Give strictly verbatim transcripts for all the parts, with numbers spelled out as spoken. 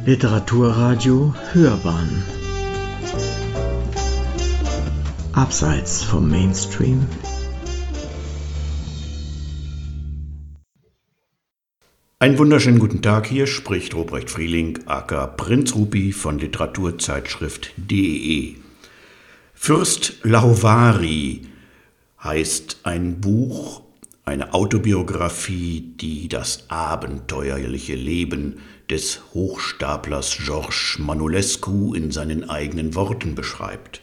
Literaturradio Hörbahn Abseits vom Mainstream. Einen wunderschönen guten Tag, hier spricht Ruprecht Frieling, aka Prinz Rupi von Literaturzeitschrift punkt de. Fürst Lahovari heißt ein Buch, eine Autobiografie, die das abenteuerliche Leben des Hochstaplers George Manolescu in seinen eigenen Worten beschreibt.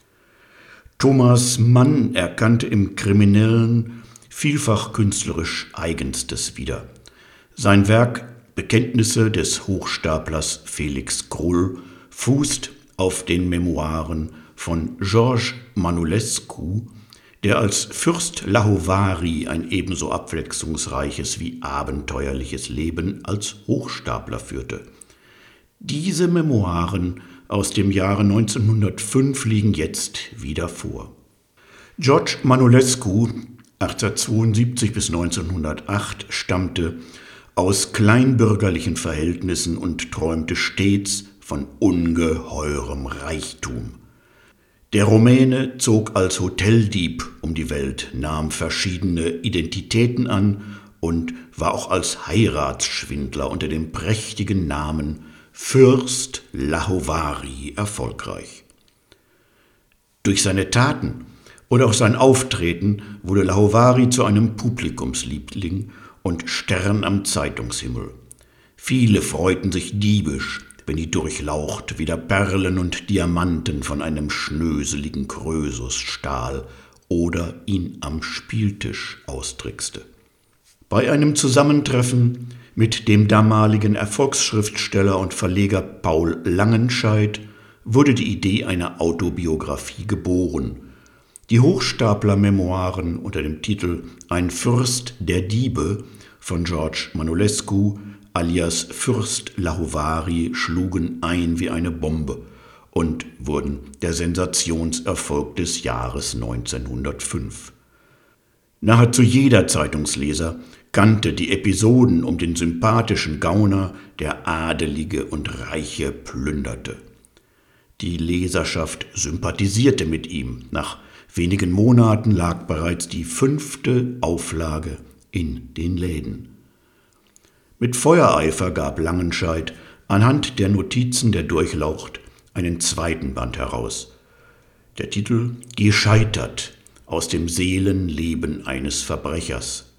Thomas Mann erkannte im Kriminellen vielfach künstlerisch Eigenstes wieder. Sein Werk Bekenntnisse des Hochstaplers Felix Krull fußt auf den Memoiren von George Manolescu, der als Fürst Lahovari ein ebenso abwechslungsreiches wie abenteuerliches Leben als Hochstapler führte. Diese Memoiren aus dem Jahre neunzehnhundertfünf liegen jetzt wieder vor. George Manolescu, achtzehnhundertzweiundsiebzig bis neunzehnhundertacht, stammte aus kleinbürgerlichen Verhältnissen und träumte stets von ungeheurem Reichtum. Der Rumäne zog als Hoteldieb um die Welt, nahm verschiedene Identitäten an und war auch als Heiratsschwindler unter dem prächtigen Namen Fürst Lahovari erfolgreich. Durch seine Taten und auch sein Auftreten wurde Lahovari zu einem Publikumsliebling und Stern am Zeitungshimmel. Viele freuten sich diebisch, wenn die Durchlaucht wieder Perlen und Diamanten von einem schnöseligen Krösus stahl oder ihn am Spieltisch austrickste. Bei einem Zusammentreffen mit dem damaligen Erfolgsschriftsteller und Verleger Paul Langenscheidt wurde die Idee einer Autobiografie geboren. Die Hochstapler-Memoiren unter dem Titel »Ein Fürst der Diebe« von George Manolescu alias Fürst Lahovari schlugen ein wie eine Bombe und wurden der Sensationserfolg des Jahres neunzehnhundertfünf. Nahezu jeder Zeitungsleser kannte die Episoden um den sympathischen Gauner, der Adelige und Reiche plünderte. Die Leserschaft sympathisierte mit ihm. Nach wenigen Monaten lag bereits die fünfte Auflage in den Läden. Mit Feuereifer gab Langenscheidt anhand der Notizen der Durchlaucht einen zweiten Band heraus. Der Titel »Gescheitert aus dem Seelenleben eines Verbrechers«.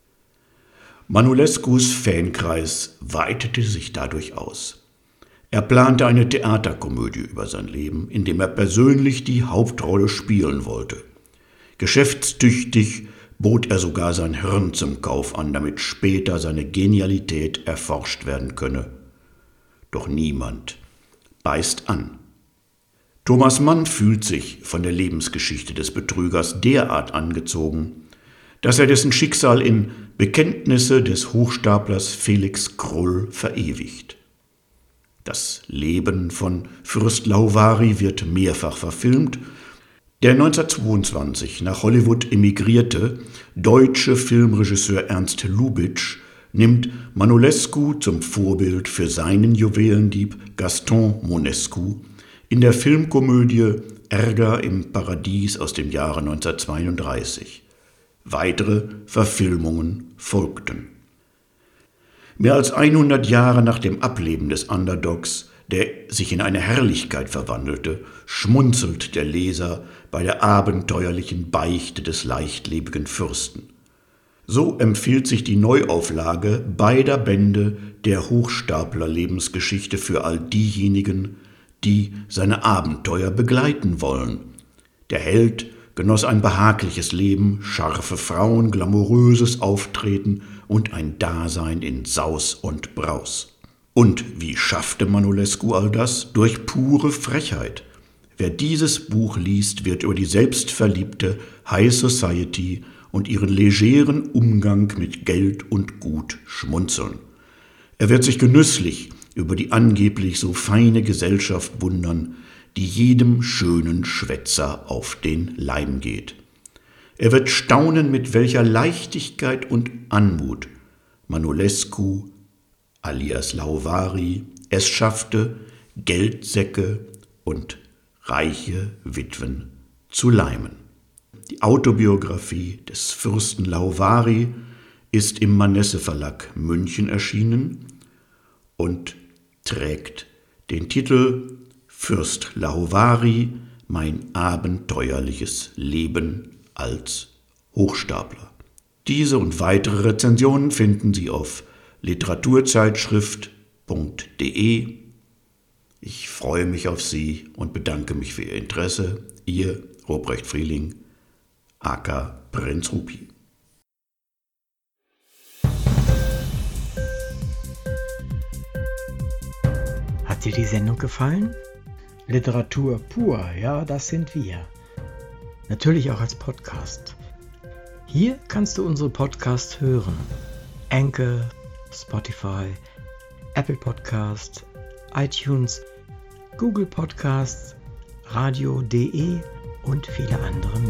Manolescus Fankreis weitete sich dadurch aus. Er plante eine Theaterkomödie über sein Leben, in dem er persönlich die Hauptrolle spielen wollte. Geschäftstüchtig bot er sogar sein Hirn zum Kauf an, damit später seine Genialität erforscht werden könne. Doch niemand beißt an. Thomas Mann fühlt sich von der Lebensgeschichte des Betrügers derart angezogen, dass er dessen Schicksal in Bekenntnisse des Hochstaplers Felix Krull verewigt. Das Leben von Fürst Lahovari wird mehrfach verfilmt. Der neunzehnhundertzweiundzwanzig nach Hollywood emigrierte deutsche Filmregisseur Ernst Lubitsch nimmt Manolescu zum Vorbild für seinen Juwelendieb Gaston Monescu in der Filmkomödie Ärger im Paradies aus dem Jahre neunzehnhundertzweiunddreißig. Weitere Verfilmungen folgten. Mehr als hundert Jahre nach dem Ableben des Underdogs, der sich in eine Herrlichkeit verwandelte, schmunzelt der Leser bei der abenteuerlichen Beichte des leichtlebigen Fürsten. So empfiehlt sich die Neuauflage beider Bände der Hochstapler-Lebensgeschichte für all diejenigen, die seine Abenteuer begleiten wollen. Der Held genoss ein behagliches Leben, scharfe Frauen, glamouröses Auftreten und ein Dasein in Saus und Braus. Und wie schaffte Manolescu all das? Durch pure Frechheit. Wer dieses Buch liest, wird über die selbstverliebte High Society und ihren legeren Umgang mit Geld und Gut schmunzeln. Er wird sich genüsslich über die angeblich so feine Gesellschaft wundern, die jedem schönen Schwätzer auf den Leim geht. Er wird staunen, mit welcher Leichtigkeit und Anmut Manolescu alias Lahovari es schaffte, Geldsäcke und reiche Witwen zu leimen. Die Autobiografie des Fürsten Lauvari ist im Manesse Verlag München erschienen und trägt den Titel Fürst Lauvari, mein abenteuerliches Leben als Hochstapler. Diese und weitere Rezensionen finden Sie auf literaturzeitschrift punkt de. Ich freue mich auf Sie und bedanke mich für Ihr Interesse. Ihr Ruprecht Frieling, aka Prinz Rupi. Hat dir die Sendung gefallen? Literatur pur, ja, das sind wir. Natürlich auch als Podcast. Hier kannst du unsere Podcasts hören. Anchor, Spotify, Apple Podcast, iTunes, Google Podcasts, radio punkt de und viele andere mehr.